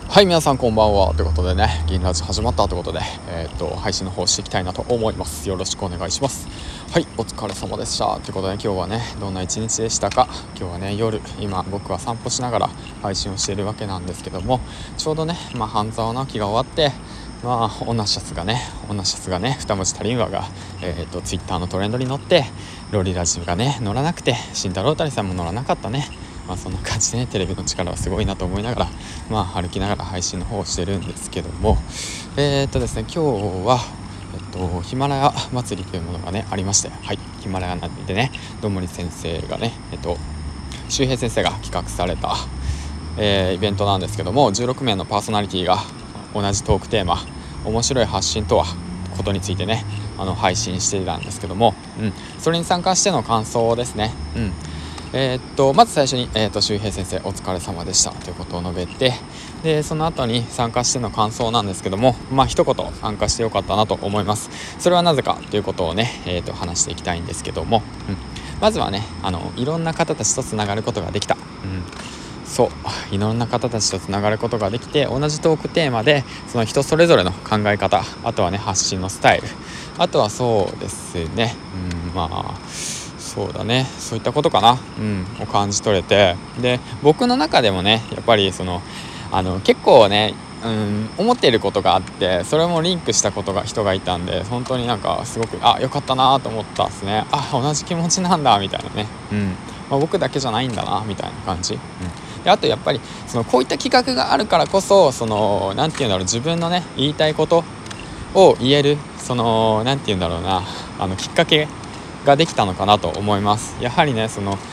はい、皆さんこんばんはということでね、銀ラジ始まったということで、配信の方していきたいなと思います。よろしくお願いします。はい、お疲れ様でしたということで、今日はねどんな一日でしたか。今日はね夜、今僕は散歩しながら配信をしているわけなんですけども、ちょうどね半沢直樹が終わって、女シャツがね二文字足りんわが、ツイッターのトレンドに乗って、ロリラジがね乗らなくて、慎太郎谷さんも乗らなかったね。そんな感じでね、テレビの力はすごいなと思いながら、歩きながら配信の方をしてるんですけども、ですね、今日は、ヒマラヤ祭りというものがねありまして、はい、ヒマラヤなんでね、どんもり先生がね、周平先生が企画された、イベントなんですけども、16名のパーソナリティが同じトークテーマ、面白い発信とはことについてね配信していたんですけども、それに参加しての感想ですね。まず最初に、周平先生お疲れ様でしたということを述べて、でその後に参加しての感想なんですけども、一言参加してよかったなと思います。それはなぜかということをね、話していきたいんですけども、まずはねいろんな方たちとつながることができた。いろんな方たちとつながることができて、同じトークテーマでその人それぞれの考え方、あとはね発信のスタイル、あとはそうですね、そうだね、そういったことかな、を感じ取れて、で僕の中でもねやっぱり結構ね、思っていることがあって、それもリンクした人がいたんで、本当になんかすごく良かったなと思ったですね。同じ気持ちなんだみたいなね、僕だけじゃないんだなみたいな感じ、であとやっぱりこういった企画があるからこそ、なんていうんだろう、自分のね言いたいことを言える、なんていうんだろうな、きっかけができたのかなと思います。やはりね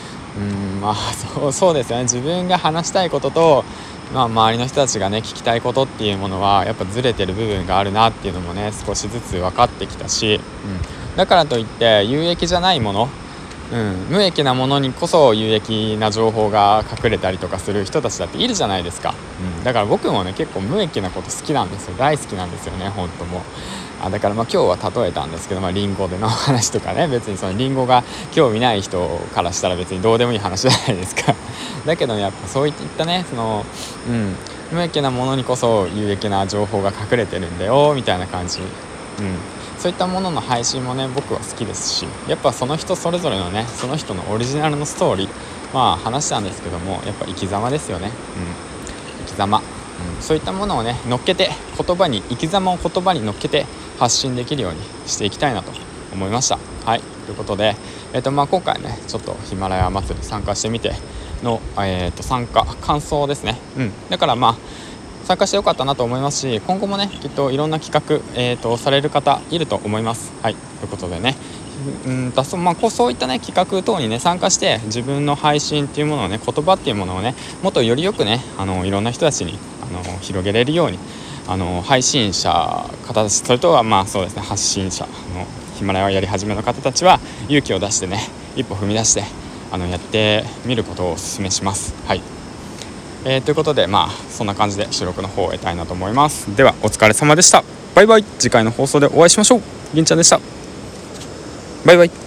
そうですよね、自分が話したいことと、周りの人たちがね聞きたいことっていうものはやっぱずれてる部分があるなっていうのもね少しずつ分かってきたし、だからといって有益じゃないもの、無益なものにこそ有益な情報が隠れたりとかする人たちだっているじゃないですか。だから僕もね結構無益なこと好きなんですよ。大好きなんですよね、本当もう。だから今日は例えたんですけど、リンゴでの話とかね、別にそのリンゴが興味ない人からしたら別にどうでもいい話じゃないですか。だけどやっぱそういったね無益なものにこそ有益な情報が隠れてるんだよみたいな感じ、そういったものの配信もね僕は好きですし、やっぱその人それぞれのねその人のオリジナルのストーリー、話したんですけども、やっぱ生き様ですよね。生き様、そういったものをね乗っけて、生き様を言葉に乗っけて発信できるようにしていきたいなと思いました。はい、ということで、今回ねちょっとヒマラヤ祭り参加してみての、感想ですね。だから参加してよかったなと思いますし、今後もねきっといろんな企画、される方いると思います。はい、ということでね、そういったね企画等にね参加して、自分の配信っていうものをね、言葉っていうものをねもっとよりよくねいろんな人たちに広げれるように、配信者方たち、それとはそうですね発信者のヒマラヤをやり始めの方たちは勇気を出してね、一歩踏み出してやってみることをお勧めします。はい、ということでそんな感じで収録の方を終えたいなと思います。ではお疲れ様でした。バイバイ。次回の放送でお会いしましょう。銀ちゃんでした。バイバイ。